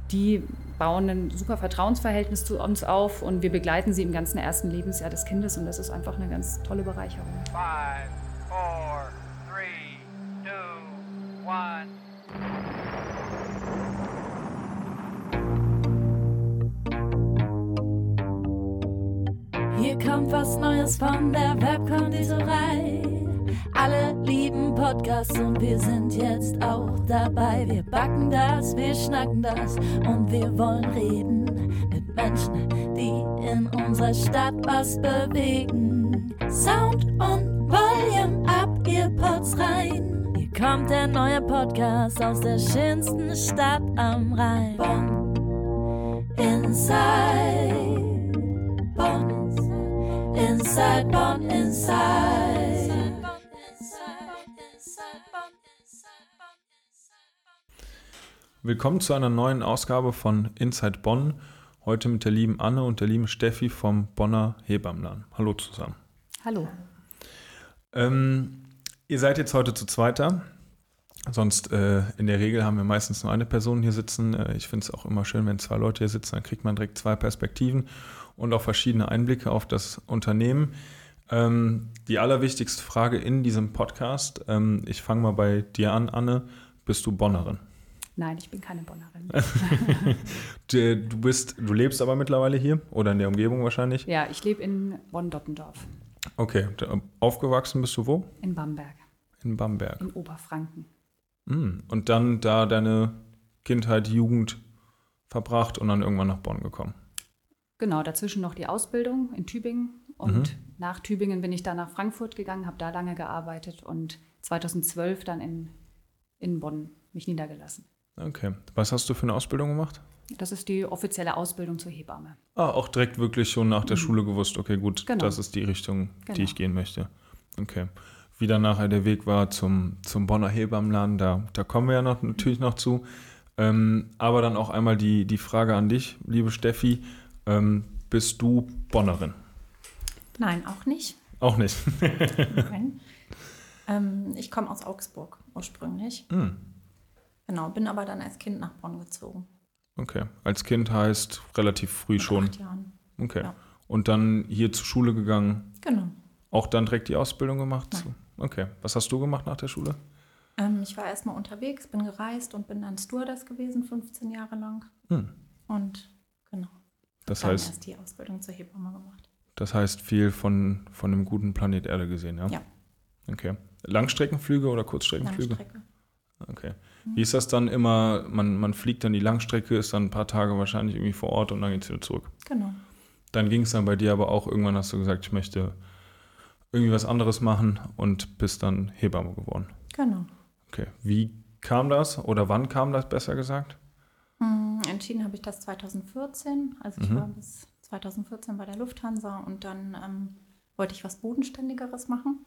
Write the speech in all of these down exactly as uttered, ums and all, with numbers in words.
die bauen ein super Vertrauensverhältnis zu uns auf und wir begleiten sie im ganzen ersten Lebensjahr des Kindes und das ist einfach eine ganz tolle Bereicherung. Five, four, three, two, one. Hier kommt was Neues von der Webkonditorei. Alle lieben Podcasts und wir sind jetzt auch dabei. Wir backen das, wir schnacken das und wir wollen reden mit Menschen, die in unserer Stadt was bewegen. Sound und Volume up, ihr Pods rein. Hier kommt der neue Podcast aus der schönsten Stadt am Rhein. Bonn Inside. Bonn Inside, Bonn Inside. Willkommen zu einer neuen Ausgabe von Inside Bonn. Heute mit der lieben Anne und der lieben Steffi vom Bonner Hebammenladen. Hallo zusammen. Hallo. Ähm, ihr seid jetzt heute zu zweiter. Sonst äh, in der Regel haben wir meistens nur eine Person hier sitzen. Äh, ich finde es auch immer schön, wenn zwei Leute hier sitzen. Dann kriegt man direkt zwei Perspektiven und auch verschiedene Einblicke auf das Unternehmen. Ähm, die allerwichtigste Frage in diesem Podcast. Ähm, ich fange mal bei dir an, Anne. Bist du Bonnerin? Nein, ich bin keine Bonnerin. du, du bist, du lebst aber mittlerweile hier oder in der Umgebung wahrscheinlich? Ja, ich lebe in Bonn-Dottendorf. Okay, aufgewachsen bist du wo? In Bamberg. In Bamberg. In Oberfranken. Mm, und dann da deine Kindheit, Jugend verbracht und dann irgendwann nach Bonn gekommen? Genau, dazwischen noch die Ausbildung in Tübingen und mhm. nach Tübingen bin ich dann nach Frankfurt gegangen, habe da lange gearbeitet und zweitausendzwölf dann in, in Bonn mich niedergelassen. Okay. Was hast du für eine Ausbildung gemacht? Das ist die offizielle Ausbildung zur Hebamme. Ah, auch direkt wirklich schon nach der mhm. Schule gewusst, okay, gut, genau. das ist die Richtung, genau. die ich gehen möchte. Okay. Wie dann nachher der Weg war zum, zum Bonner Hebammenladen, da, da kommen wir ja noch, natürlich noch zu. Ähm, aber dann auch einmal die, die Frage an dich, liebe Steffi, ähm, bist du Bonnerin? Nein, auch nicht. Auch nicht? Nein. Ähm, ich komme aus Augsburg ursprünglich. Mhm. Genau, bin aber dann als Kind nach Bonn gezogen. Okay, als Kind heißt relativ früh Mit schon? acht Jahren. Okay, ja. Und dann hier zur Schule gegangen? Genau. Auch dann direkt die Ausbildung gemacht? Nein. Okay, was hast du gemacht nach der Schule? Ähm, ich war erstmal unterwegs, bin gereist und bin dann Stewardess gewesen, fünfzehn Jahre lang. Hm. Und genau, das dann heißt, erst die Ausbildung zur Hebamme gemacht. Das heißt, viel von, von dem guten Planet Erde gesehen, ja? Ja. Okay. Langstreckenflüge oder Kurzstreckenflüge? Langstrecke. Okay. Wie ist das dann immer, man, man fliegt dann die Langstrecke, ist dann ein paar Tage wahrscheinlich irgendwie vor Ort und dann geht es wieder zurück. Genau. Dann ging es dann bei dir aber auch, irgendwann hast du gesagt, ich möchte irgendwie was anderes machen und bist dann Hebamme geworden. Genau. Okay. Wie kam das oder wann kam das, besser gesagt? Mhm, entschieden habe ich das zweitausendvierzehn. Also ich mhm. war bis zweitausendvierzehn bei der Lufthansa und dann ähm, wollte ich was Bodenständigeres machen.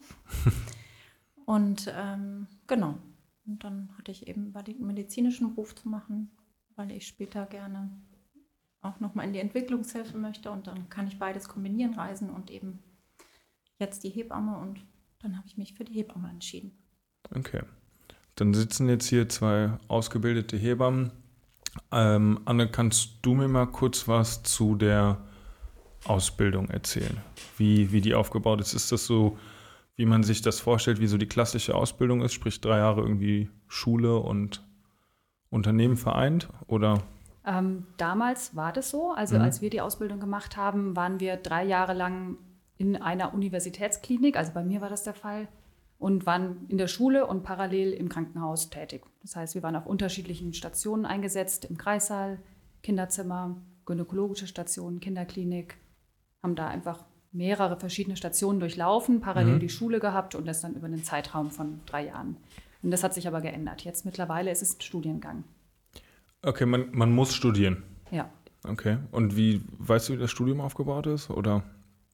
und ähm, genau. Und dann hatte ich eben über den medizinischen Beruf zu machen, weil ich später gerne auch nochmal in die Entwicklungshilfe möchte. Und dann kann ich beides kombinieren, Reisen und eben jetzt die Hebamme. Und dann habe ich mich für die Hebamme entschieden. Okay. Dann sitzen jetzt hier zwei ausgebildete Hebammen. Ähm, Anne, kannst du mir mal kurz was zu der Ausbildung erzählen? Wie, wie die aufgebaut ist? Ist das so, wie man sich das vorstellt, wie so die klassische Ausbildung ist, sprich drei Jahre irgendwie Schule und Unternehmen vereint, oder? Ähm, damals war das so. Also mhm. als wir die Ausbildung gemacht haben, waren wir drei Jahre lang in einer Universitätsklinik, also bei mir war das der Fall, und waren in der Schule und parallel im Krankenhaus tätig. Das heißt, wir waren auf unterschiedlichen Stationen eingesetzt, im Kreissaal, Kinderzimmer, gynäkologische Station, Kinderklinik, haben da einfach mehrere verschiedene Stationen durchlaufen, parallel mhm. die Schule gehabt und das dann über einen Zeitraum von drei Jahren. Und das hat sich aber geändert. Jetzt mittlerweile ist es ein Studiengang. Okay, man, man muss studieren. Ja. Okay, und wie, weißt du, wie das Studium aufgebaut ist, oder?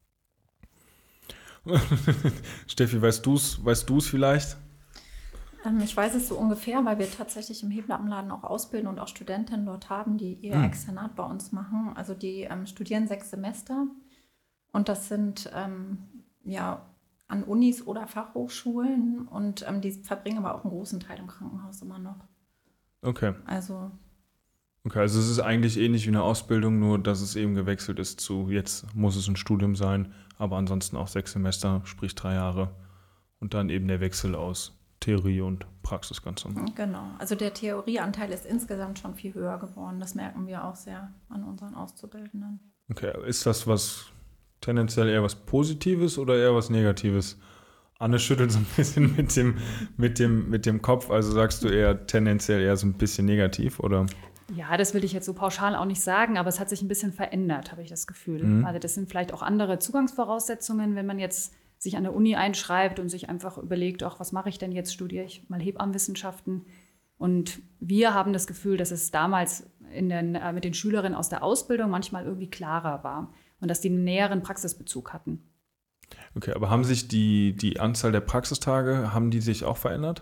Steffi, weißt du es weißt du's vielleicht? Ähm, ich weiß es so ungefähr, weil wir tatsächlich im Hebammenladen auch ausbilden und auch Studentinnen dort haben, die ihr hm. Externat bei uns machen. Also die ähm, studieren sechs Semester. Und das sind ähm, ja an Unis oder Fachhochschulen und ähm, die verbringen aber auch einen großen Teil im Krankenhaus immer noch. Okay. Also Okay, also es ist eigentlich ähnlich wie eine Ausbildung, nur dass es eben gewechselt ist zu, jetzt muss es ein Studium sein, aber ansonsten auch sechs Semester, sprich drei Jahre. Und dann eben der Wechsel aus Theorie und Praxis ganz normal. Genau, also der Theorieanteil ist insgesamt schon viel höher geworden. Das merken wir auch sehr an unseren Auszubildenden. Okay, ist das was tendenziell eher was Positives oder eher was Negatives? Anne schüttelt so ein bisschen mit dem, mit dem, mit dem Kopf, also sagst du eher tendenziell eher so ein bisschen negativ, oder? Ja, das will ich jetzt so pauschal auch nicht sagen, aber es hat sich ein bisschen verändert, habe ich das Gefühl. Mhm. Also das sind vielleicht auch andere Zugangsvoraussetzungen, wenn man jetzt sich an der Uni einschreibt und sich einfach überlegt, ach, was mache ich denn jetzt, studiere ich mal Hebammenwissenschaften. Und wir haben das Gefühl, dass es damals in den, äh, mit den Schülerinnen aus der Ausbildung manchmal irgendwie klarer war und dass die einen näheren Praxisbezug hatten. Okay, aber haben sich die, die Anzahl der Praxistage, haben die sich auch verändert?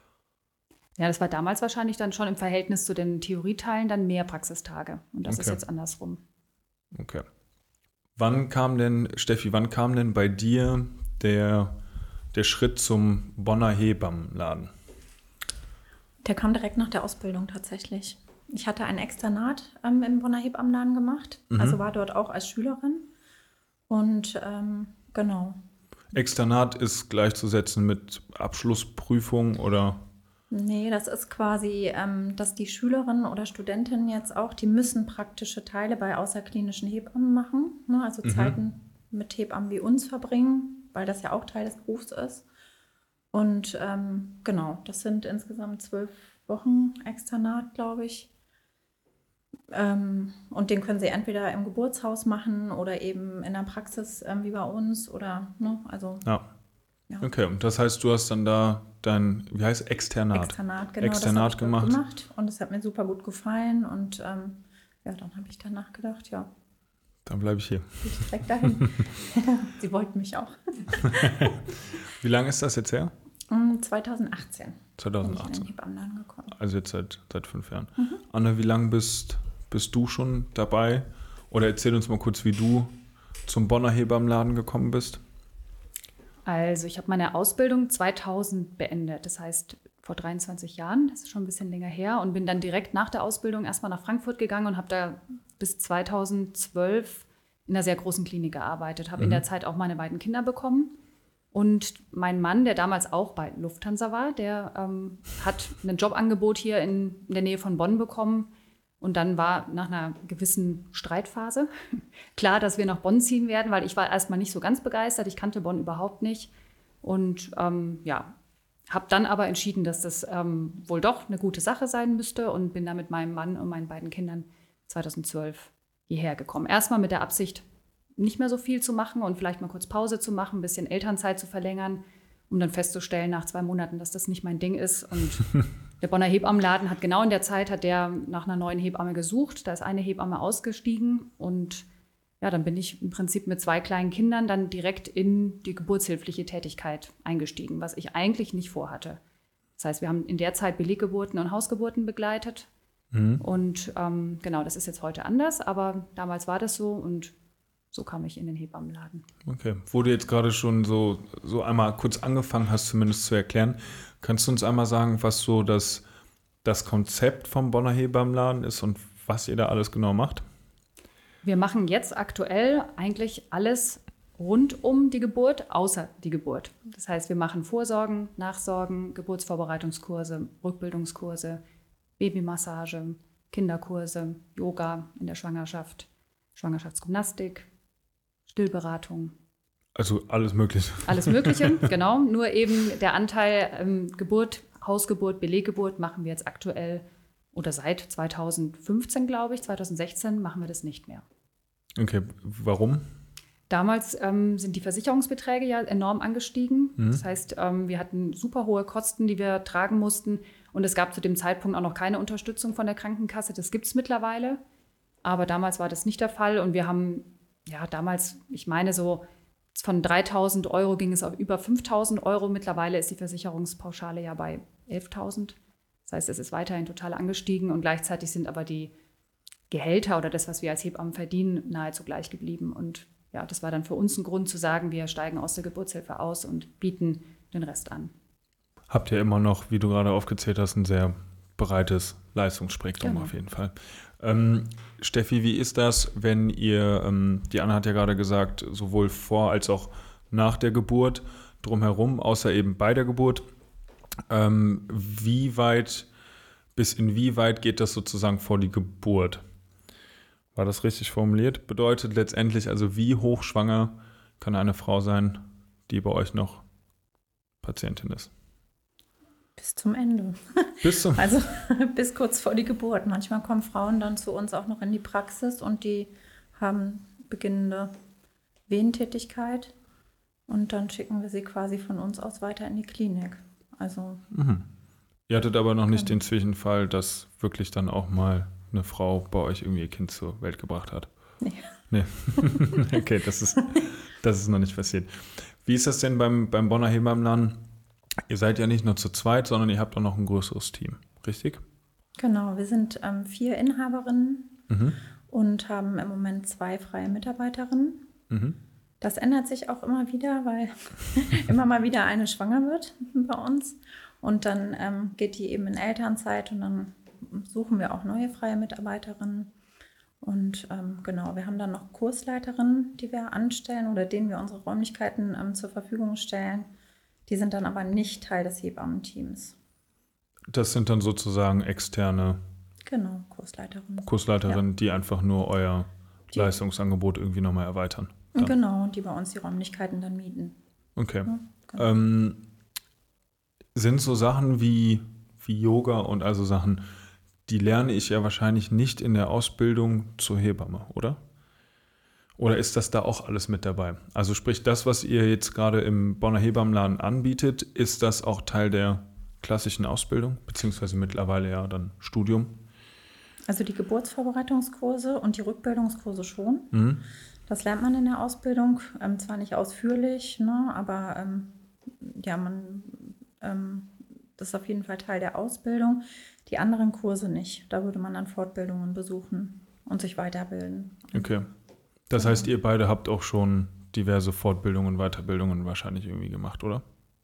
Ja, das war damals wahrscheinlich dann schon im Verhältnis zu den Theorieteilen dann mehr Praxistage. Und das Okay. ist jetzt andersrum. Okay. Wann kam denn, Steffi, wann kam denn bei dir der, der Schritt zum Bonner Hebammenladen? Der kam direkt nach der Ausbildung tatsächlich. Ich hatte ein Externat ähm, im Bonner Hebammenladen gemacht, Mhm. also war dort auch als Schülerin. Und ähm, genau. Externat ist gleichzusetzen mit Abschlussprüfung oder? Nee, das ist quasi, ähm, dass die Schülerinnen oder Studentinnen jetzt auch, die müssen praktische Teile bei außerklinischen Hebammen machen, ne? Also Mhm. Zeiten mit Hebammen wie uns verbringen, weil das ja auch Teil des Berufs ist. Und ähm, genau, das sind insgesamt zwölf Wochen Externat, glaube ich. Ähm, und den können sie entweder im Geburtshaus machen oder eben in der Praxis ähm, wie bei uns oder, ne, also Ja. ja. Okay, und das heißt, du hast dann da dein, wie heißt Externat? Externat, genau, Externat das hab ich gemacht. dort gemacht und es hat mir super gut gefallen und ähm, ja, dann habe ich danach gedacht, ja, Dann bleibe ich hier. gehe ich direkt dahin. Sie wollten mich auch. Wie lange ist das jetzt her? Um zweitausendachtzehn bin ich in zweitausendachtzehn. den Hebammenladen gekommen. Also jetzt seit, seit fünf Jahren. Mhm. Anne, wie lange bist, bist du schon dabei? Oder erzähl uns mal kurz, wie du zum Bonner Hebammenladen gekommen bist. Also ich habe meine Ausbildung zweitausend beendet, das heißt vor dreiundzwanzig Jahren, das ist schon ein bisschen länger her, und bin dann direkt nach der Ausbildung erstmal nach Frankfurt gegangen und habe da bis zweitausendzwölf in einer sehr großen Klinik gearbeitet, habe Mhm. in der Zeit auch meine beiden Kinder bekommen. Und mein Mann, der damals auch bei Lufthansa war, der ähm, hat ein Jobangebot hier in, in der Nähe von Bonn bekommen. Und dann war nach einer gewissen Streitphase klar, dass wir nach Bonn ziehen werden, weil ich war erstmal nicht so ganz begeistert. Ich kannte Bonn überhaupt nicht. Und ähm, ja, habe dann aber entschieden, dass das ähm, wohl doch eine gute Sache sein müsste und bin dann mit meinem Mann und meinen beiden Kindern zweitausendzwölf hierher gekommen. Erstmal mit der Absicht, nicht mehr so viel zu machen und vielleicht mal kurz Pause zu machen, ein bisschen Elternzeit zu verlängern, um dann festzustellen nach zwei Monaten, dass das nicht mein Ding ist. Und der Bonner Hebammenladen hat genau in der Zeit, hat der nach einer neuen Hebamme gesucht. Da ist eine Hebamme ausgestiegen und ja, dann bin ich im Prinzip mit zwei kleinen Kindern dann direkt in die geburtshilfliche Tätigkeit eingestiegen, was ich eigentlich nicht vorhatte. Das heißt, wir haben in der Zeit Beleggeburten und Hausgeburten begleitet. Mhm. Und ähm, genau, das ist jetzt heute anders, aber damals war das so und so kam ich in den Hebammenladen. Okay, wo du jetzt gerade schon so, so einmal kurz angefangen hast, zumindest zu erklären, kannst du uns einmal sagen, was so das, das Konzept vom Bonner Hebammenladen ist und was ihr da alles genau macht? Wir machen jetzt aktuell eigentlich alles rund um die Geburt, außer die Geburt. Das heißt, wir machen Vorsorgen, Nachsorgen, Geburtsvorbereitungskurse, Rückbildungskurse, Babymassage, Kinderkurse, Yoga in der Schwangerschaft, Schwangerschaftsgymnastik, Stillberatung. Also alles Mögliche. Alles Mögliche, genau. Nur eben der Anteil ähm, Geburt, Hausgeburt, Beleggeburt machen wir jetzt aktuell oder seit zweitausendfünfzehn, glaube ich, zweitausendsechzehn machen wir das nicht mehr. Okay, warum? Damals ähm, sind die Versicherungsbeträge ja enorm angestiegen. Mhm. Das heißt, ähm, wir hatten super hohe Kosten, die wir tragen mussten. Und es gab zu dem Zeitpunkt auch noch keine Unterstützung von der Krankenkasse. Das gibt es mittlerweile. Aber damals war das nicht der Fall. Und wir haben, ja, damals, ich meine so, von dreitausend Euro ging es auf über fünftausend Euro. Mittlerweile ist die Versicherungspauschale ja bei elftausend. Das heißt, es ist weiterhin total angestiegen. Und gleichzeitig sind aber die Gehälter oder das, was wir als Hebammen verdienen, nahezu gleich geblieben. Und ja, das war dann für uns ein Grund zu sagen, wir steigen aus der Geburtshilfe aus und bieten den Rest an. Habt ihr immer noch, wie du gerade aufgezählt hast, ein sehr breites Leistungsspektrum Genau. auf jeden Fall. Ähm, Steffi, wie ist das, wenn ihr, ähm, die Anna hat ja gerade gesagt, sowohl vor als auch nach der Geburt drumherum, außer eben bei der Geburt, ähm, wie weit, bis inwieweit geht das sozusagen vor die Geburt? War das richtig formuliert? Bedeutet letztendlich also, wie hochschwanger kann eine Frau sein, die bei euch noch Patientin ist? Bis zum Ende. Bis zum Also bis kurz vor die Geburt. Manchmal kommen Frauen dann zu uns auch noch in die Praxis und die haben beginnende Wehentätigkeit und dann schicken wir sie quasi von uns aus weiter in die Klinik. Also Mhm. Ihr hattet aber noch nicht Genau. den Zwischenfall, dass wirklich dann auch mal eine Frau bei euch irgendwie ihr Kind zur Welt gebracht hat? Nee. Nee. Okay, das ist, das ist noch nicht passiert. Wie ist das denn beim, beim Bonner Hebammenladen? Ihr seid ja nicht nur zu zweit, sondern ihr habt auch noch ein größeres Team, richtig? Genau, wir sind ähm, vier Inhaberinnen Mhm. und haben im Moment zwei freie Mitarbeiterinnen. Mhm. Das ändert sich auch immer wieder, weil immer mal wieder eine schwanger wird bei uns. Und dann ähm, geht die eben in Elternzeit und dann suchen wir auch neue freie Mitarbeiterinnen. Und ähm, genau, wir haben dann noch Kursleiterinnen, die wir anstellen oder denen wir unsere Räumlichkeiten ähm, zur Verfügung stellen. Die sind dann aber nicht Teil des Hebammenteams. Das sind dann sozusagen externe Genau, Kursleiterinnen. Kursleiterinnen, die einfach nur euer Die- Leistungsangebot irgendwie nochmal erweitern. Dann. Genau, und die bei uns die Räumlichkeiten dann mieten. Okay. Ja, genau. Ähm, sind so Sachen wie, wie Yoga und also Sachen, die lerne ich ja wahrscheinlich nicht in der Ausbildung zur Hebamme, oder? Oder ist das da auch alles mit dabei? Also sprich, das, was ihr jetzt gerade im Bonner Hebammenladen anbietet, ist das auch Teil der klassischen Ausbildung, beziehungsweise mittlerweile ja dann Studium? Also die Geburtsvorbereitungskurse und die Rückbildungskurse schon. Mhm. Das lernt man in der Ausbildung, ähm, zwar nicht ausführlich, ne, aber ähm, ja, man, ähm, das ist auf jeden Fall Teil der Ausbildung. Die anderen Kurse nicht. Da würde man dann Fortbildungen besuchen und sich weiterbilden. Okay. Das heißt, ihr beide habt auch schon diverse Fortbildungen, Weiterbildungen wahrscheinlich irgendwie gemacht, oder?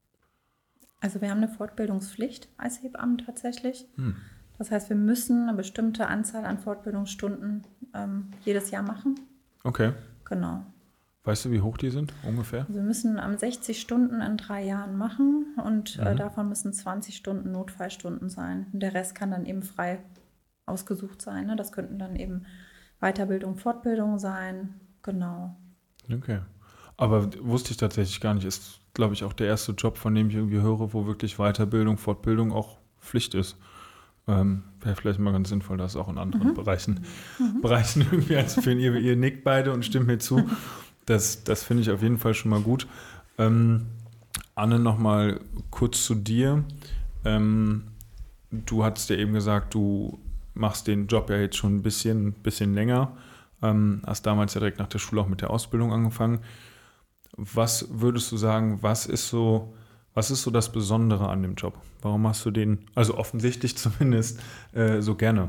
Also wir haben eine Fortbildungspflicht als Hebammen tatsächlich. Hm. Das heißt, wir müssen eine bestimmte Anzahl an Fortbildungsstunden ähm, jedes Jahr machen. Okay. Genau. Weißt du, wie hoch die sind ungefähr? Also wir müssen ähm, sechzig Stunden in drei Jahren machen und äh, Mhm. davon müssen zwanzig Stunden Notfallstunden sein. Und der Rest kann dann eben frei ausgesucht sein. Ne? Das könnten dann eben Weiterbildung, Fortbildung sein. Genau. Okay. Aber wusste ich tatsächlich gar nicht. Ist, glaube ich, auch der erste Job, von dem ich irgendwie höre, wo wirklich Weiterbildung, Fortbildung auch Pflicht ist. Ähm, Wäre vielleicht mal ganz sinnvoll, das auch in anderen Mhm. Bereichen, Bereichen irgendwie einzuführen. Ihr, ihr nickt beide und stimmt mir zu. Das, das finde ich auf jeden Fall schon mal gut. Ähm, Anne, noch mal kurz zu dir. Ähm, du hattest ja eben gesagt, du machst den Job ja jetzt schon ein bisschen, bisschen länger. Ähm, hast damals ja direkt nach der Schule auch mit der Ausbildung angefangen. Was würdest du sagen, was ist so, was ist so das Besondere an dem Job? Warum machst du den, also offensichtlich zumindest, äh, so gerne?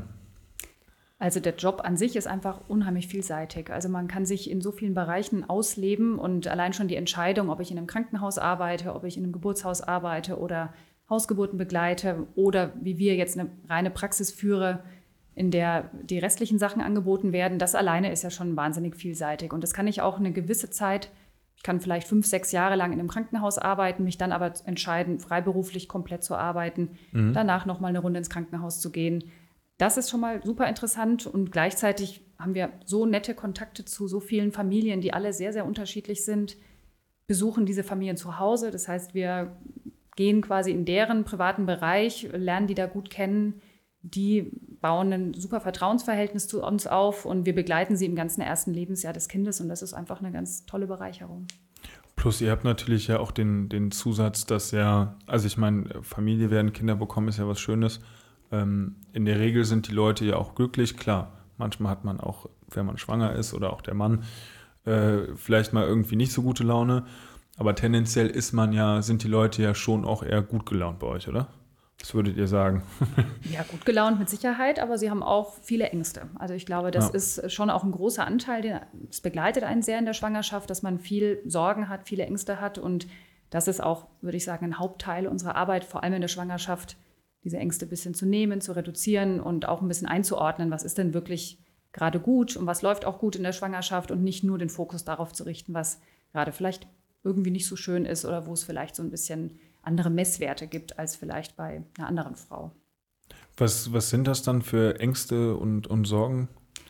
Also der Job an sich ist einfach unheimlich vielseitig. Also man kann sich in so vielen Bereichen ausleben und allein schon die Entscheidung, ob ich in einem Krankenhaus arbeite, ob ich in einem Geburtshaus arbeite oder Hausgeburten begleite oder wie wir jetzt eine reine Praxis führe, in der die restlichen Sachen angeboten werden, das alleine ist ja schon wahnsinnig vielseitig. Und das kann ich auch eine gewisse Zeit, ich kann vielleicht fünf, sechs Jahre lang in einem Krankenhaus arbeiten, mich dann aber entscheiden, freiberuflich komplett zu arbeiten, Mhm. danach nochmal eine Runde ins Krankenhaus zu gehen. Das ist schon mal super interessant und gleichzeitig haben wir so nette Kontakte zu so vielen Familien, die alle sehr, sehr unterschiedlich sind, besuchen diese Familien zu Hause. Das heißt, wir gehen quasi in deren privaten Bereich, lernen die da gut kennen. Die bauen ein super Vertrauensverhältnis zu uns auf und wir begleiten sie im ganzen ersten Lebensjahr des Kindes und das ist einfach eine ganz tolle Bereicherung. Plus ihr habt natürlich ja auch den, den Zusatz, dass ja, also ich meine, Familie werden, Kinder bekommen, ist ja was Schönes. Ähm, in der Regel sind die Leute ja auch glücklich. Klar, manchmal hat man auch, wenn man schwanger ist oder auch der Mann, äh, vielleicht mal irgendwie nicht so gute Laune. Aber tendenziell ist man ja, sind die Leute ja schon auch eher gut gelaunt bei euch, oder? Was würdet ihr sagen? Ja, gut gelaunt mit Sicherheit, aber sie haben auch viele Ängste. Also ich glaube, das Ja. ist ist schon auch ein großer Anteil, es begleitet einen sehr in der Schwangerschaft, dass man viel Sorgen hat, viele Ängste hat und das ist auch, würde ich sagen, ein Hauptteil unserer Arbeit, vor allem in der Schwangerschaft, diese Ängste ein bisschen zu nehmen, zu reduzieren und auch ein bisschen einzuordnen, was ist denn wirklich gerade gut und was läuft auch gut in der Schwangerschaft und nicht nur den Fokus darauf zu richten, was gerade vielleicht irgendwie nicht so schön ist oder wo es vielleicht so ein bisschen andere Messwerte gibt als vielleicht bei einer anderen Frau. Was, was sind das dann für Ängste und, und Sorgen?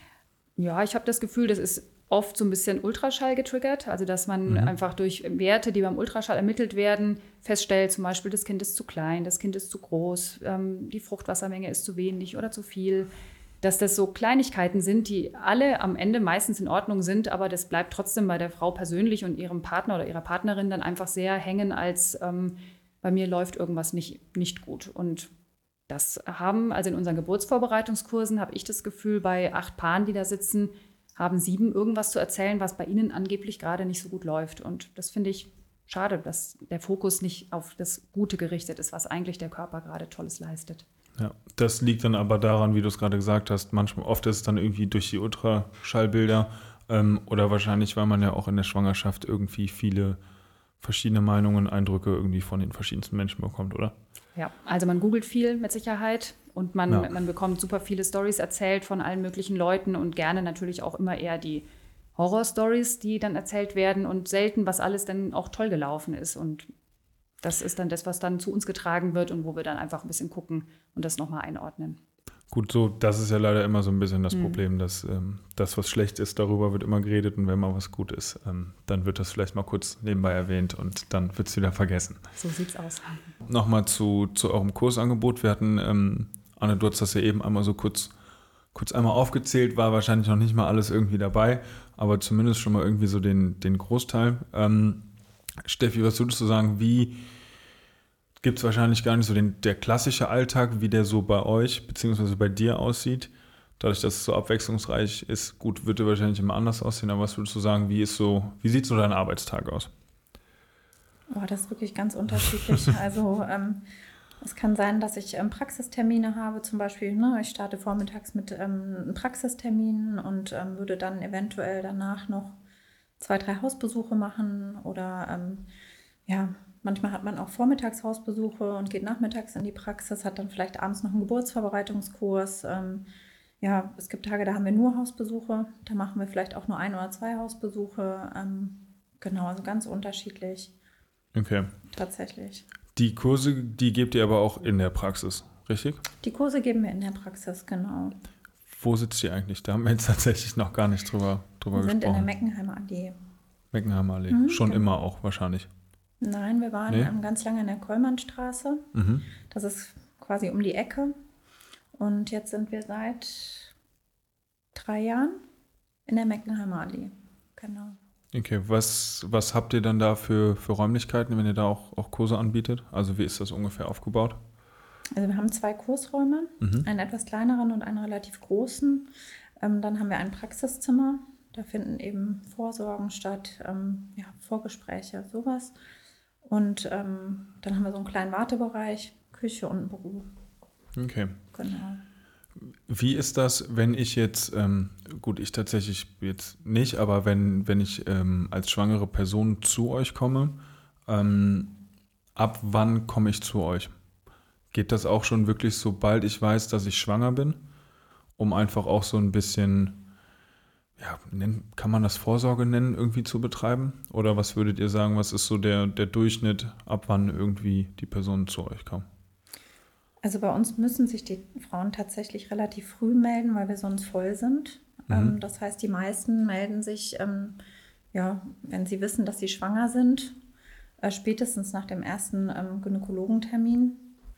Ja, ich habe das Gefühl, das ist oft so ein bisschen Ultraschall getriggert, also dass man mhm. einfach durch Werte, die beim Ultraschall ermittelt werden, feststellt, zum Beispiel, das Kind ist zu klein, das Kind ist zu groß, ähm, die Fruchtwassermenge ist zu wenig oder zu viel. Dass das so Kleinigkeiten sind, die alle am Ende meistens in Ordnung sind, aber das bleibt trotzdem bei der Frau persönlich und ihrem Partner oder ihrer Partnerin dann einfach sehr hängen, als ähm, bei mir läuft irgendwas nicht, nicht gut. Und das haben, also in unseren Geburtsvorbereitungskursen, habe ich das Gefühl, bei acht Paaren, die da sitzen, haben sieben irgendwas zu erzählen, was bei ihnen angeblich gerade nicht so gut läuft. Und das finde ich schade, dass der Fokus nicht auf das Gute gerichtet ist, was eigentlich der Körper gerade Tolles leistet. Ja, das liegt dann aber daran, wie du es gerade gesagt hast, manchmal, oft ist es dann irgendwie durch die Ultraschallbilder ähm, oder wahrscheinlich, weil man ja auch in der Schwangerschaft irgendwie viele verschiedene Meinungen, Eindrücke irgendwie von den verschiedensten Menschen bekommt, oder? Ja, also man googelt viel mit Sicherheit und man, ja. man bekommt super viele Storys erzählt von allen möglichen Leuten und gerne natürlich auch immer eher die Horror-Stories, die dann erzählt werden und selten, was alles dann auch toll gelaufen ist. Und das ist dann das, was dann zu uns getragen wird und wo wir dann einfach ein bisschen gucken und das nochmal einordnen. Gut, so, das ist ja leider immer so ein bisschen das mhm. Problem, dass ähm, das, was schlecht ist, darüber wird immer geredet und wenn mal was gut ist, ähm, dann wird das vielleicht mal kurz nebenbei erwähnt und dann wird es wieder vergessen. So sieht's aus. Nochmal zu, zu eurem Kursangebot. Wir hatten, ähm, Anne, du hast das ja eben einmal so kurz, kurz einmal aufgezählt, war wahrscheinlich noch nicht mal alles irgendwie dabei, aber zumindest schon mal irgendwie so den, den Großteil. Ähm, Steffi, was würdest du sagen, wie gibt es wahrscheinlich gar nicht so den, der klassische Alltag, wie der so bei euch bzw. bei dir aussieht? Dadurch, dass es so abwechslungsreich ist, gut, wird er wahrscheinlich immer anders aussehen, aber was würdest du sagen, wie ist so, wie sieht so dein Arbeitstag aus? Oh, das ist wirklich ganz unterschiedlich. Also ähm, es kann sein, dass ich ähm, Praxistermine habe, zum Beispiel, ne, ich starte vormittags mit ähm, einem Praxistermin und ähm, würde dann eventuell danach noch zwei, drei Hausbesuche machen oder ähm, ja, manchmal hat man auch vormittags Hausbesuche und geht nachmittags in die Praxis, hat dann vielleicht abends noch einen Geburtsvorbereitungskurs. Ähm, ja, es gibt Tage, da haben wir nur Hausbesuche, da machen wir vielleicht auch nur ein oder zwei Hausbesuche. Ähm, genau, also ganz unterschiedlich. Okay. Tatsächlich. Die Kurse, die gebt ihr aber auch in der Praxis, richtig? Die Kurse geben wir in der Praxis, genau. Wo sitzt ihr eigentlich? Da haben wir jetzt tatsächlich noch gar nicht drüber, drüber wir gesprochen. Wir sind in der Meckenheimer Allee. Meckenheimer Allee, Mhm, schon genau. immer auch wahrscheinlich. Nein, wir waren Nee? ähm, ganz lange in der Kollmannstraße. Mhm. Das ist quasi um die Ecke. Und jetzt sind wir seit drei Jahren in der Meckenheimer Allee. Genau. Okay, was, was habt ihr dann da für, für Räumlichkeiten, wenn ihr da auch, auch Kurse anbietet? Also wie ist das ungefähr aufgebaut? Also wir haben zwei Kursräume, Mhm. einen etwas kleineren und einen relativ großen. Ähm, dann haben wir ein Praxiszimmer. Da finden eben Vorsorgen statt, ähm, ja, Vorgespräche, sowas. Und ähm, dann haben wir so einen kleinen Wartebereich, Küche und ein Büro. Okay. Genau. Wie ist das, wenn ich jetzt, ähm, gut, ich tatsächlich jetzt nicht, aber wenn, wenn ich ähm, als schwangere Person zu euch komme, ähm, ab wann komme ich zu euch? Geht das auch schon wirklich, sobald ich weiß, dass ich schwanger bin? Um einfach auch so ein bisschen, ja, kann man das Vorsorge nennen, irgendwie zu betreiben? Oder was würdet ihr sagen, was ist so der, der Durchschnitt, ab wann irgendwie die Personen zu euch kommen? Also bei uns müssen sich die Frauen tatsächlich relativ früh melden, weil wir sonst voll sind. Mhm. Ähm, das heißt, die meisten melden sich, ähm, ja, wenn sie wissen, dass sie schwanger sind, äh, spätestens nach dem ersten ähm, Gynäkologentermin.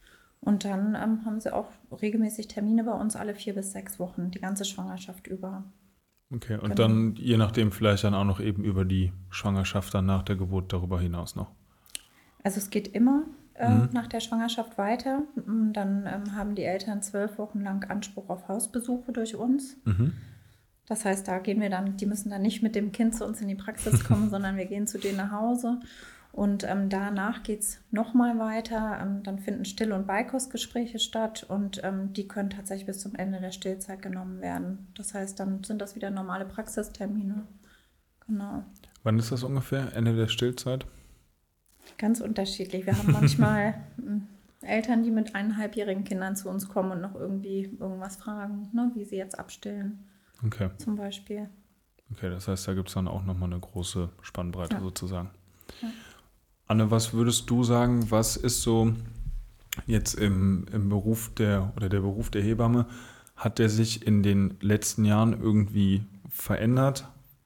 Und dann ähm, haben sie auch regelmäßig Termine bei uns alle vier bis sechs Wochen, die ganze Schwangerschaft über. Okay, und Genau. dann je nachdem vielleicht dann auch noch eben über die Schwangerschaft dann nach der Geburt darüber hinaus noch. Also es geht immer äh, Mhm. nach der Schwangerschaft weiter. Dann ähm, haben die Eltern zwölf Wochen lang Anspruch auf Hausbesuche durch uns. Mhm. Das heißt, da gehen wir dann, die müssen dann nicht mit dem Kind zu uns in die Praxis kommen, sondern wir gehen zu denen nach Hause. Und ähm, danach geht es nochmal weiter. Ähm, dann finden Still- und Beikostgespräche statt und ähm, die können tatsächlich bis zum Ende der Stillzeit genommen werden. Das heißt, dann sind das wieder normale Praxistermine. Genau. Wann ist das ungefähr? Ende der Stillzeit? Ganz unterschiedlich. Wir haben manchmal Eltern, die mit eineinhalbjährigen Kindern zu uns kommen und noch irgendwie irgendwas fragen, ne, wie sie jetzt abstillen, Okay. zum Beispiel. Okay, das heißt, da gibt es dann auch nochmal eine große Spannbreite Ja. sozusagen. Ja. Anne, was würdest du sagen, was ist so jetzt im, im Beruf der oder der Beruf der Hebamme, hat der sich in den letzten Jahren irgendwie verändert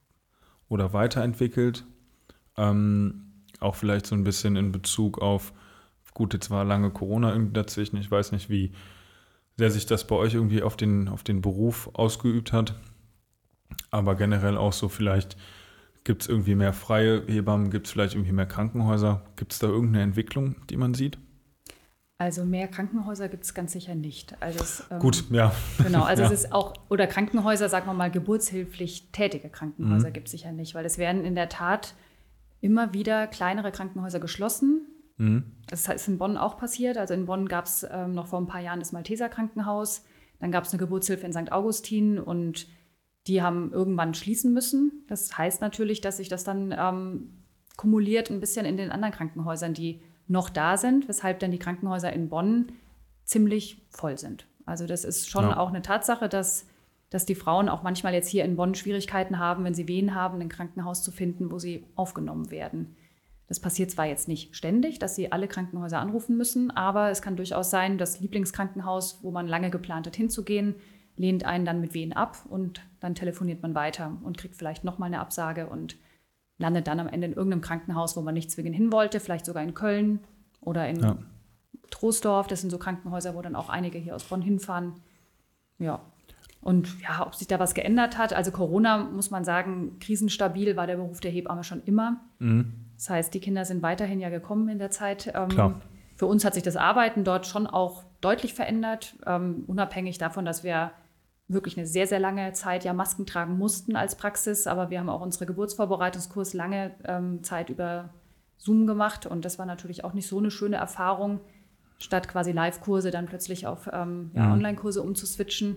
oder weiterentwickelt? Ähm, auch vielleicht so ein bisschen in Bezug auf, gut, jetzt war lange Corona irgendwie dazwischen, ich weiß nicht, wie sehr sich das bei euch irgendwie auf den, auf den Beruf ausgeübt hat, aber generell auch so vielleicht, gibt es irgendwie mehr freie Hebammen, gibt es vielleicht irgendwie mehr Krankenhäuser, gibt es da irgendeine Entwicklung, die man sieht? Also mehr Krankenhäuser gibt es ganz sicher nicht. Also es, ähm, Gut, ja. Genau, also Ja. es ist auch, oder Krankenhäuser, sagen wir mal, geburtshilflich tätige Krankenhäuser Mhm. gibt es sicher nicht, weil es werden in der Tat immer wieder kleinere Krankenhäuser geschlossen. Mhm. Das ist in Bonn auch passiert. Also in Bonn gab es ähm, noch vor ein paar Jahren das Malteser Krankenhaus. Dann gab es eine Geburtshilfe in Sankt Augustin und die haben irgendwann schließen müssen. Das heißt natürlich, dass sich das dann ähm, kumuliert ein bisschen in den anderen Krankenhäusern, die noch da sind, weshalb dann die Krankenhäuser in Bonn ziemlich voll sind. Also das ist schon Ja. auch eine Tatsache, dass, dass die Frauen auch manchmal jetzt hier in Bonn Schwierigkeiten haben, wenn sie Wehen haben, ein Krankenhaus zu finden, wo sie aufgenommen werden. Das passiert zwar jetzt nicht ständig, dass sie alle Krankenhäuser anrufen müssen, aber es kann durchaus sein, das Lieblingskrankenhaus, wo man lange geplant hat hinzugehen, lehnt einen dann mit Wehen ab und dann telefoniert man weiter und kriegt vielleicht nochmal eine Absage und landet dann am Ende in irgendeinem Krankenhaus, wo man nicht zwingend hin wollte, vielleicht sogar in Köln oder in Ja. Troisdorf. Das sind so Krankenhäuser, wo dann auch einige hier aus Bonn hinfahren. Ja. Und ja, ob sich da was geändert hat. Also Corona, muss man sagen, krisenstabil war der Beruf der Hebamme schon immer. Mhm. Das heißt, die Kinder sind weiterhin ja gekommen in der Zeit. Ähm, Klar. Für uns hat sich das Arbeiten dort schon auch deutlich verändert, ähm, unabhängig davon, dass wir wirklich eine sehr, sehr lange Zeit ja Masken tragen mussten als Praxis. Aber wir haben auch unsere Geburtsvorbereitungskurs lange ähm, Zeit über Zoom gemacht. Und das war natürlich auch nicht so eine schöne Erfahrung, statt quasi Live-Kurse dann plötzlich auf ähm, ja, Mhm. Online-Kurse umzuswitchen.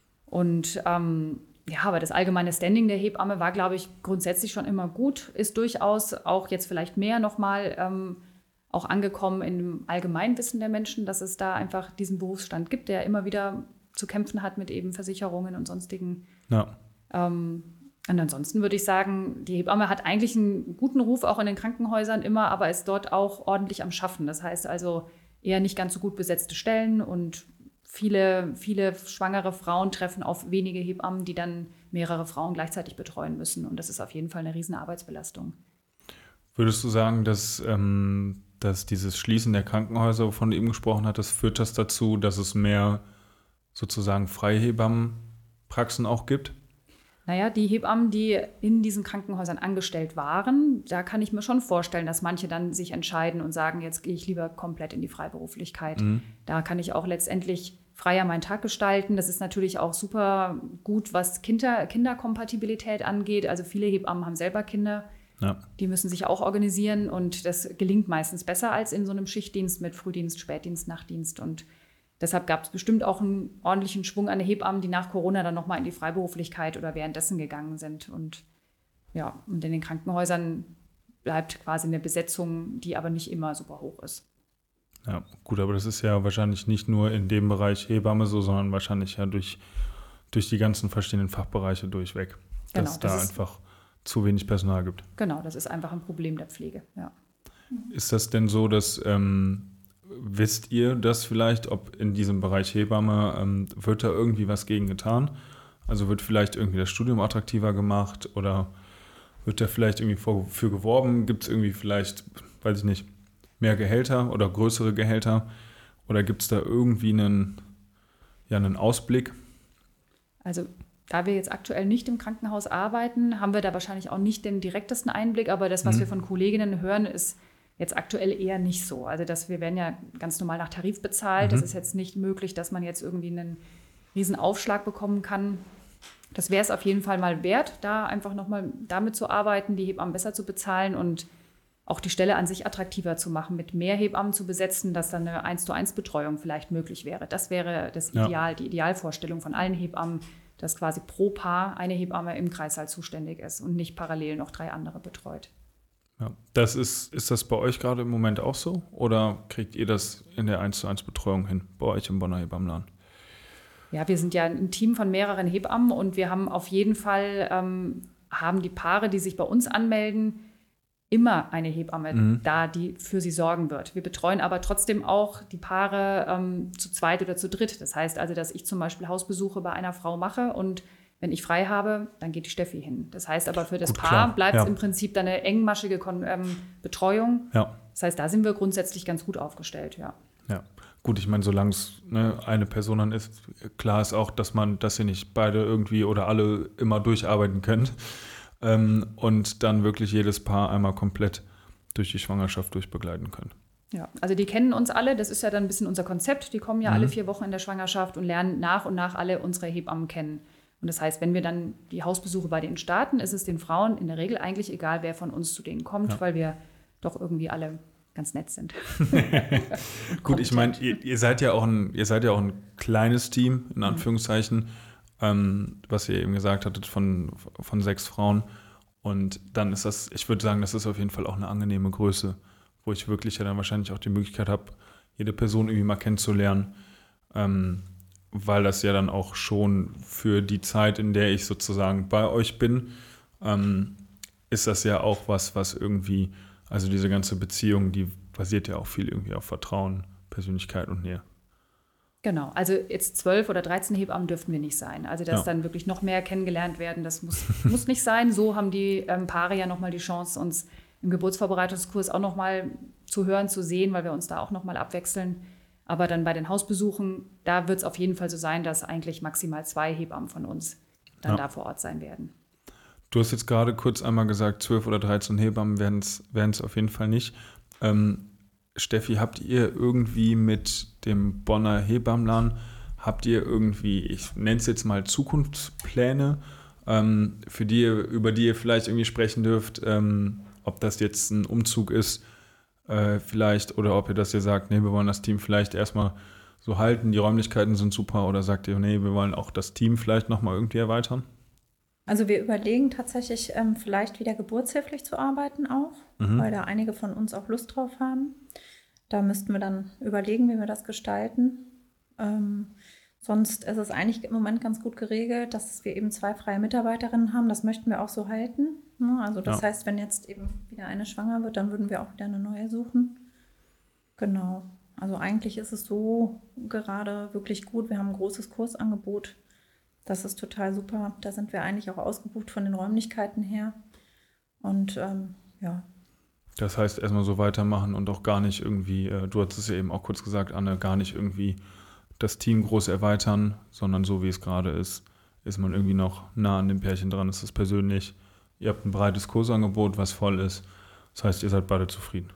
Und ähm, ja, aber das allgemeine Standing der Hebamme war, glaube ich, grundsätzlich schon immer gut, ist durchaus auch jetzt vielleicht mehr nochmal ähm, auch angekommen in dem Allgemeinwissen der Menschen, dass es da einfach diesen Berufsstand gibt, der immer wieder zu kämpfen hat mit eben Versicherungen und sonstigen. Ja. Ähm, und ansonsten würde ich sagen, die Hebamme hat eigentlich einen guten Ruf auch in den Krankenhäusern immer, aber ist dort auch ordentlich am Schaffen. Das heißt also eher nicht ganz so gut besetzte Stellen und viele, viele schwangere Frauen treffen auf wenige Hebammen, die dann mehrere Frauen gleichzeitig betreuen müssen. Und das ist auf jeden Fall eine riesen Arbeitsbelastung. Würdest du sagen, dass, ähm, dass dieses Schließen der Krankenhäuser, wovon du eben gesprochen hattest, führt das dazu, dass es mehr sozusagen Freihebammenpraxen auch gibt? Naja, die Hebammen, die in diesen Krankenhäusern angestellt waren, da kann ich mir schon vorstellen, dass manche dann sich entscheiden und sagen, jetzt gehe ich lieber komplett in die Freiberuflichkeit. Mhm. Da kann ich auch letztendlich freier meinen Tag gestalten. Das ist natürlich auch super gut, was Kinder, Kinderkompatibilität angeht. Also viele Hebammen haben selber Kinder. Ja. Die müssen sich auch organisieren und das gelingt meistens besser als in so einem Schichtdienst mit Frühdienst, Spätdienst, Nachtdienst. Und deshalb gab es bestimmt auch einen ordentlichen Schwung an Hebammen, die nach Corona dann nochmal in die Freiberuflichkeit oder währenddessen gegangen sind. Und ja, und in den Krankenhäusern bleibt quasi eine Besetzung, die aber nicht immer super hoch ist. Ja, gut, aber das ist ja wahrscheinlich nicht nur in dem Bereich Hebamme so, sondern wahrscheinlich ja durch, durch die ganzen verschiedenen Fachbereiche durchweg, Genau, dass das da ist- einfach zu wenig Personal gibt. Genau, das ist einfach ein Problem der Pflege. Ja. Ist das denn so, dass, ähm, wisst ihr das vielleicht, ob in diesem Bereich Hebamme, ähm, wird da irgendwie was gegen getan? Also wird vielleicht irgendwie das Studium attraktiver gemacht oder wird da vielleicht irgendwie vor, für geworben? Gibt es irgendwie vielleicht, weiß ich nicht, mehr Gehälter oder größere Gehälter? Oder gibt es da irgendwie einen, ja, einen Ausblick? Also da wir jetzt aktuell nicht im Krankenhaus arbeiten, haben wir da wahrscheinlich auch nicht den direktesten Einblick, aber das, was Mhm. wir von Kolleginnen hören, ist jetzt aktuell eher nicht so. Also dass wir werden ja ganz normal nach Tarif bezahlt. Mhm. Das ist jetzt nicht möglich, dass man jetzt irgendwie einen riesen Aufschlag bekommen kann. Das wäre es auf jeden Fall mal wert, da einfach nochmal damit zu arbeiten, die Hebammen besser zu bezahlen und auch die Stelle an sich attraktiver zu machen, mit mehr Hebammen zu besetzen, dass dann eine eins zu eins Betreuung vielleicht möglich wäre. Das wäre das Ja. Ideal, die Idealvorstellung von allen Hebammen, dass quasi pro Paar eine Hebamme im Kreissaal zuständig ist und nicht parallel noch drei andere betreut. Ja. Das ist, ist das bei euch gerade im Moment auch so? Oder kriegt ihr das in der eins zu eins Betreuung hin, bei euch im Bonner Hebammenladen? Ja, wir sind ja ein Team von mehreren Hebammen und wir haben auf jeden Fall, ähm, haben die Paare, die sich bei uns anmelden, immer eine Hebamme mhm. da, die für sie sorgen wird. Wir betreuen aber trotzdem auch die Paare ähm, zu zweit oder zu dritt. Das heißt also, dass ich zum Beispiel Hausbesuche bei einer Frau mache und wenn ich frei habe, dann geht die Steffi hin. Das heißt aber, für das Gut, Paar bleibt es ja. im Prinzip dann eine engmaschige Kon- ähm, Betreuung. Ja. Das heißt, da sind wir grundsätzlich ganz gut aufgestellt, ja. Ja, gut, ich meine, solange es ne, eine Person dann ist, klar ist auch, dass man, dass ihr nicht beide irgendwie oder alle immer durcharbeiten könnt ähm, und dann wirklich jedes Paar einmal komplett durch die Schwangerschaft durchbegleiten könnt. Ja, also die kennen uns alle, das ist ja dann ein bisschen unser Konzept. Die kommen ja Mhm. alle vier Wochen in der Schwangerschaft und lernen nach und nach alle unsere Hebammen kennen. Und das heißt, wenn wir dann die Hausbesuche bei denen starten, ist es den Frauen in der Regel eigentlich egal, wer von uns zu denen kommt, Ja. weil wir doch irgendwie alle ganz nett sind. Gut, ich meine, ihr, ihr seid ja auch ein, ihr seid ja auch ein kleines Team, in Anführungszeichen, mhm. ähm, was ihr eben gesagt hattet, von, von sechs Frauen. Und dann ist das, ich würde sagen, das ist auf jeden Fall auch eine angenehme Größe, wo ich wirklich ja dann wahrscheinlich auch die Möglichkeit habe, jede Person irgendwie mal kennenzulernen. Ähm, weil das ja dann auch schon für die Zeit, in der ich sozusagen bei euch bin, ähm, ist das ja auch was, was irgendwie, also diese ganze Beziehung, die basiert ja auch viel irgendwie auf Vertrauen, Persönlichkeit und Nähe. Genau, also jetzt zwölf oder dreizehn Hebammen dürften wir nicht sein. Also dass Ja. dann wirklich noch mehr kennengelernt werden, das muss, muss nicht sein. So haben die ähm, Paare ja nochmal die Chance, uns im Geburtsvorbereitungskurs auch nochmal zu hören, zu sehen, weil wir uns da auch nochmal abwechseln. Aber dann bei den Hausbesuchen, da wird es auf jeden Fall so sein, dass eigentlich maximal zwei Hebammen von uns dann Ja. da vor Ort sein werden. Du hast jetzt gerade kurz einmal gesagt, zwölf oder dreizehn Hebammen werden es auf jeden Fall nicht. Ähm, Steffi, habt ihr irgendwie mit dem Bonner Hebammenladen, habt ihr irgendwie, ich nenne es jetzt mal Zukunftspläne, ähm, für die ihr, über die ihr vielleicht irgendwie sprechen dürft, ähm, ob das jetzt ein Umzug ist, äh, vielleicht, oder ob ihr das ihr sagt, nee, wir wollen das Team vielleicht erstmal so halten, die Räumlichkeiten sind super, oder sagt ihr, nee, wir wollen auch das Team vielleicht nochmal irgendwie erweitern? Also wir überlegen tatsächlich, ähm, vielleicht wieder geburtshilflich zu arbeiten auch, Mhm. weil da einige von uns auch Lust drauf haben. Da müssten wir dann überlegen, wie wir das gestalten. Ähm, sonst ist es eigentlich im Moment ganz gut geregelt, dass wir eben zwei freie Mitarbeiterinnen haben. Das möchten wir auch so halten. Ne? Also das Ja. heißt, wenn jetzt eben wieder eine schwanger wird, dann würden wir auch wieder eine neue suchen. Genau. Also eigentlich ist es so gerade wirklich gut. Wir haben ein großes Kursangebot. Das ist total super. Da sind wir eigentlich auch ausgebucht von den Räumlichkeiten her. Und ähm, ja. Das heißt, erstmal so weitermachen und auch gar nicht irgendwie, äh, du hattest es ja eben auch kurz gesagt, Anne, gar nicht irgendwie das Team groß erweitern, sondern so wie es gerade ist, ist man irgendwie noch nah an dem Pärchen dran, ist es persönlich. Ihr habt ein breites Kursangebot, was voll ist. Das heißt, ihr seid beide zufrieden.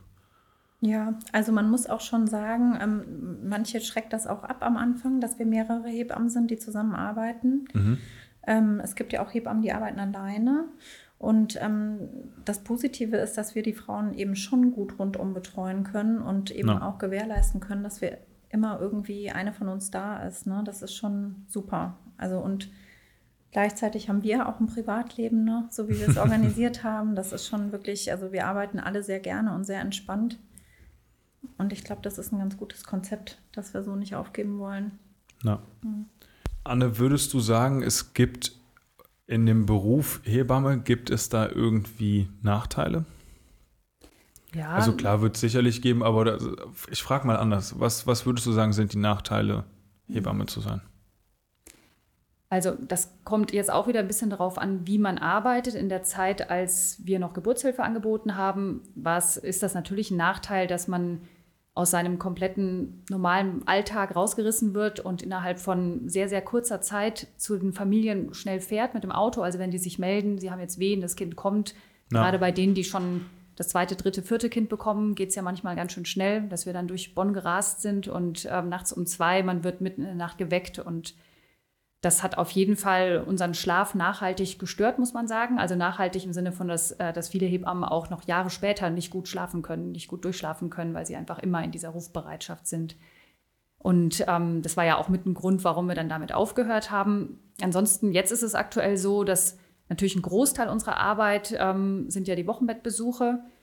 Ja, also man muss auch schon sagen, ähm, manche schreckt das auch ab am Anfang, dass wir mehrere Hebammen sind, die zusammenarbeiten. Mhm. Ähm, es gibt ja auch Hebammen, die arbeiten alleine. Und ähm, das Positive ist, dass wir die Frauen eben schon gut rundum betreuen können und eben Ja. auch gewährleisten können, dass wir immer irgendwie eine von uns da ist. Ne? Das ist schon super. Also und gleichzeitig haben wir auch ein Privatleben, ne? So wie wir es organisiert haben. Das ist schon wirklich, also wir arbeiten alle sehr gerne und sehr entspannt. Und ich glaube, das ist ein ganz gutes Konzept, das wir so nicht aufgeben wollen. Ja. Anne, würdest du sagen, es gibt in dem Beruf Hebamme, gibt es da irgendwie Nachteile? Ja, Also klar wird es sicherlich geben, aber das, ich frage mal anders. Was, was würdest du sagen, sind die Nachteile, Hebamme zu sein? also das kommt jetzt auch wieder ein bisschen darauf an, wie man arbeitet. In der Zeit, als wir noch Geburtshilfe angeboten haben, was ist das natürlich ein Nachteil, dass man aus seinem kompletten normalen Alltag rausgerissen wird und innerhalb von sehr, sehr kurzer Zeit zu den Familien schnell fährt mit dem Auto. Also wenn die sich melden, sie haben jetzt Wehen, das Kind kommt. Ja. Gerade bei denen, die schon das zweite, dritte, vierte Kind bekommen, geht es ja manchmal ganz schön schnell, dass wir dann durch Bonn gerast sind und ähm, nachts um zwei, man wird mitten in der Nacht geweckt und das hat auf jeden Fall unseren Schlaf nachhaltig gestört, muss man sagen. Also nachhaltig im Sinne von, dass, äh, dass viele Hebammen auch noch Jahre später nicht gut schlafen können, nicht gut durchschlafen können, weil sie einfach immer in dieser Rufbereitschaft sind. Und ähm, das war ja auch mit ein Grund, warum wir dann damit aufgehört haben. Ansonsten, jetzt ist es aktuell so, dass natürlich ein Großteil unserer Arbeit ähm, sind ja die Wochenbettbesuche.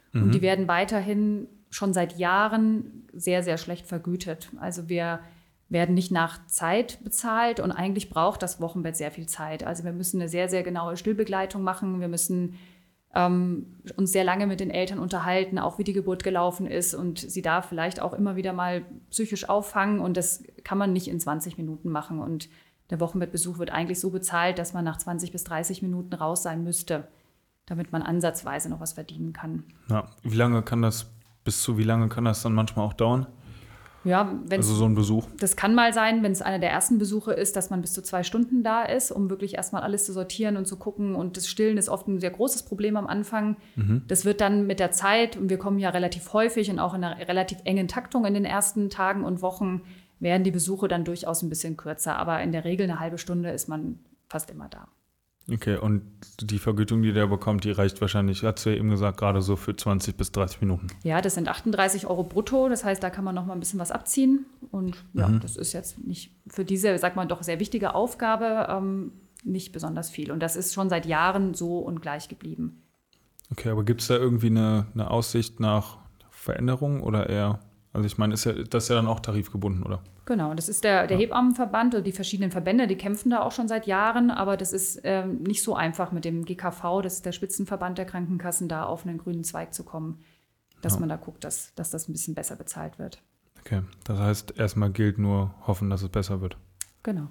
Mhm. Und die werden weiterhin schon seit Jahren sehr, sehr schlecht vergütet. Also wir werden nicht nach Zeit bezahlt und eigentlich braucht das Wochenbett sehr viel Zeit. Also wir müssen eine sehr, sehr genaue Stillbegleitung machen. Wir müssen ähm, uns sehr lange mit den Eltern unterhalten, auch wie die Geburt gelaufen ist und sie da vielleicht auch immer wieder mal psychisch auffangen. Und das kann man nicht in zwanzig Minuten machen. Und der Wochenbettbesuch wird eigentlich so bezahlt, dass man nach zwanzig bis dreißig Minuten raus sein müsste, damit man ansatzweise noch was verdienen kann. Ja, wie lange kann das, bis zu wie lange kann das dann manchmal auch dauern? Ja, wenn's, also so ein Besuch. Das kann mal sein, wenn es einer der ersten Besuche ist, dass man bis zu zwei Stunden da ist, um wirklich erstmal alles zu sortieren und zu gucken. Und das Stillen ist oft ein sehr großes Problem am Anfang. Mhm. Das wird dann mit der Zeit, und wir kommen ja relativ häufig und auch in einer relativ engen Taktung in den ersten Tagen und Wochen, werden die Besuche dann durchaus ein bisschen kürzer. Aber in der Regel eine halbe Stunde ist man fast immer da. Okay, und die Vergütung, die der bekommt, die reicht wahrscheinlich, hast du ja eben gesagt, gerade so für zwanzig bis dreißig Minuten. Ja, das sind achtunddreißig Euro brutto, das heißt, da kann man noch mal ein bisschen was abziehen. Und ja, mhm. das ist jetzt nicht für diese, sag mal, doch sehr wichtige Aufgabe ähm, nicht besonders viel. Und das ist schon seit Jahren so und gleich geblieben. Okay, aber gibt es da irgendwie eine, eine Aussicht nach Veränderung oder eher, also ich meine, ist ja, das ist ja dann auch tarifgebunden, oder? Genau, das ist der, der ja. Hebammenverband und die verschiedenen Verbände, die kämpfen da auch schon seit Jahren, aber das ist ähm, nicht so einfach mit dem G K V, das ist der Spitzenverband der Krankenkassen, da auf einen grünen Zweig zu kommen, dass ja. man da guckt, dass, dass das ein bisschen besser bezahlt wird. Okay, das heißt, erstmal gilt nur hoffen, dass es besser wird. Genau.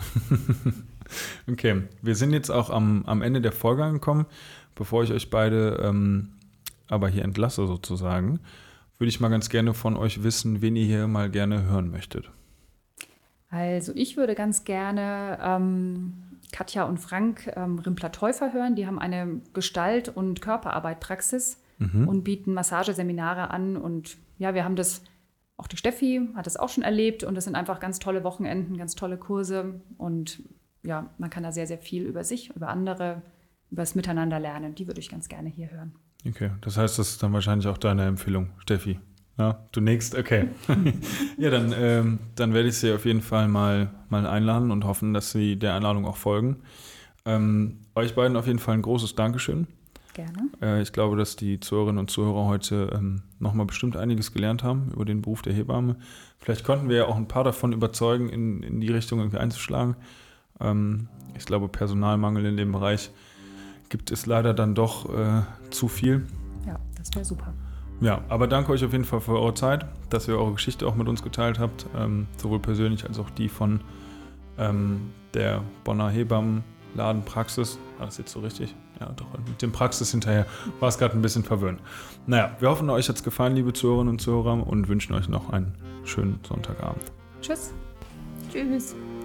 Okay, wir sind jetzt auch am, am Ende der Folge angekommen. Bevor ich euch beide ähm, aber hier entlasse sozusagen, würde ich mal ganz gerne von euch wissen, wen ihr hier mal gerne hören möchtet. Also ich würde ganz gerne ähm, Katja und Frank ähm, Rimpler-Täufer hören. Die haben eine Gestalt- und Körperarbeit-Praxis mhm. und bieten Massageseminare an. Und ja, wir haben das, auch die Steffi hat das auch schon erlebt. Und das sind einfach ganz tolle Wochenenden, ganz tolle Kurse. Und ja, man kann da sehr, sehr viel über sich, über andere, über das Miteinander lernen. Die würde ich ganz gerne hier hören. Okay, das heißt, das ist dann wahrscheinlich auch deine Empfehlung, Steffi. Ja, du nächst, okay. Ja, dann, ähm, dann werde ich sie auf jeden Fall mal, mal einladen und hoffen, dass sie der Einladung auch folgen. Ähm, euch beiden auf jeden Fall ein großes Dankeschön. Gerne. Äh, ich glaube, dass die Zuhörerinnen und Zuhörer heute ähm, nochmal bestimmt einiges gelernt haben über den Beruf der Hebamme. Vielleicht konnten wir ja auch ein paar davon überzeugen, in, in die Richtung irgendwie einzuschlagen. Ähm, ich glaube, Personalmangel in dem Bereich gibt es leider dann doch äh, zu viel. Ja, das wäre super. Ja, aber danke euch auf jeden Fall für eure Zeit, dass ihr eure Geschichte auch mit uns geteilt habt, ähm, sowohl persönlich als auch die von ähm, der Bonner Hebammenladenpraxis. War das jetzt so richtig? Ja, doch, mit dem Praxis hinterher war es gerade ein bisschen verwirrend. Naja, wir hoffen, euch hat es gefallen, liebe Zuhörerinnen und Zuhörer, und wünschen euch noch einen schönen Sonntagabend. Tschüss. Tschüss.